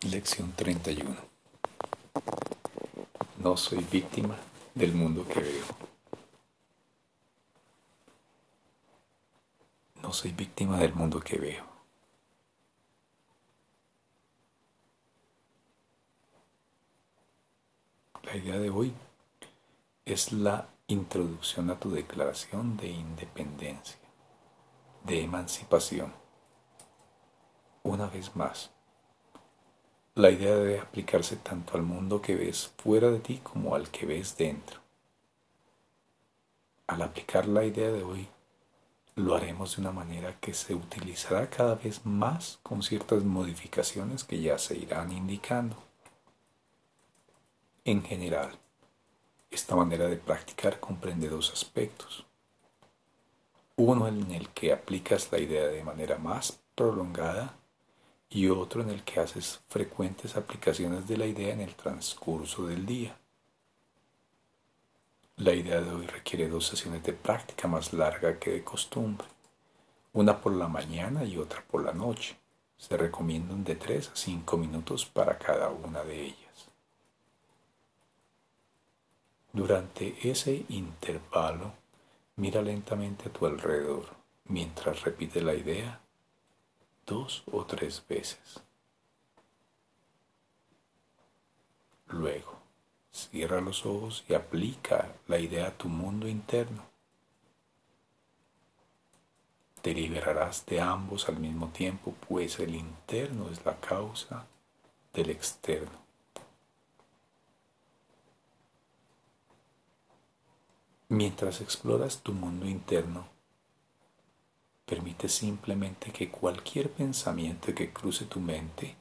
Lección 31. No soy víctima del mundo que veo. No soy víctima del mundo que veo. La idea de hoy es la introducción a tu declaración de independencia, de emancipación. Una vez más, la idea debe aplicarse tanto al mundo que ves fuera de ti como al que ves dentro. Al aplicar la idea de hoy, lo haremos de una manera que se utilizará cada vez más con ciertas modificaciones que ya se irán indicando. En general, esta manera de practicar comprende dos aspectos. Uno en el que aplicas la idea de manera más prolongada y otro en el que haces frecuentes aplicaciones de la idea en el transcurso del día. La idea de hoy requiere dos sesiones de práctica más larga que de costumbre, una por la mañana y otra por la noche. Se recomiendan de 3 a 5 minutos para cada una de ellas. Durante ese intervalo, mira lentamente a tu alrededor mientras repite la idea 2 o 3 veces. Luego, cierra los ojos y aplica la idea a tu mundo interno. Te liberarás de ambos al mismo tiempo, pues el interno es la causa del externo. Mientras exploras tu mundo interno, permite simplemente que cualquier pensamiento que cruce tu mente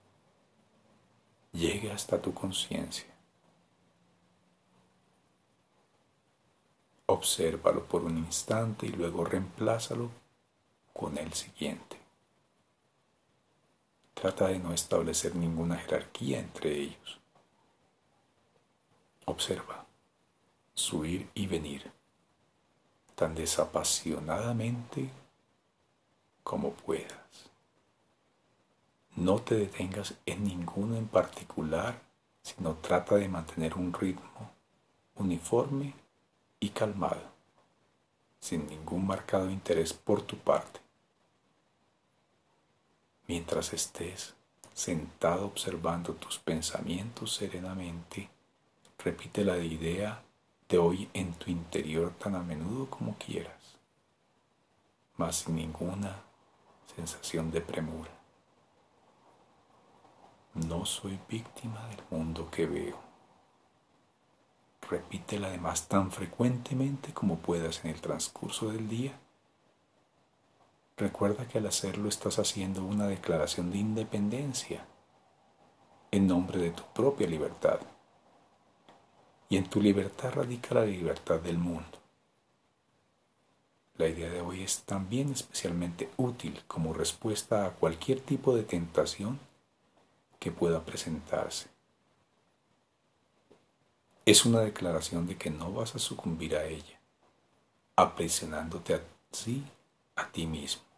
llegue hasta tu conciencia. Obsérvalo por un instante y luego reemplázalo con el siguiente. Trata de no establecer ninguna jerarquía entre ellos. Observa su ir y venir tan desapasionadamente como puedas. No te detengas en ninguno en particular, sino trata de mantener un ritmo uniforme y calmado, sin ningún marcado interés por tu parte. Mientras estés sentado observando tus pensamientos serenamente, repite la idea de hoy en tu interior tan a menudo como quieras, mas sin ninguna sensación de premura. No soy víctima del mundo que veo. Repítela además tan frecuentemente como puedas en el transcurso del día. Recuerda que al hacerlo estás haciendo una declaración de independencia en nombre de tu propia libertad. Y en tu libertad radica la libertad del mundo. La idea de hoy es también especialmente útil como respuesta a cualquier tipo de tentación que pueda presentarse. Es una declaración de que no vas a sucumbir a ella, aprisionándote así a ti mismo.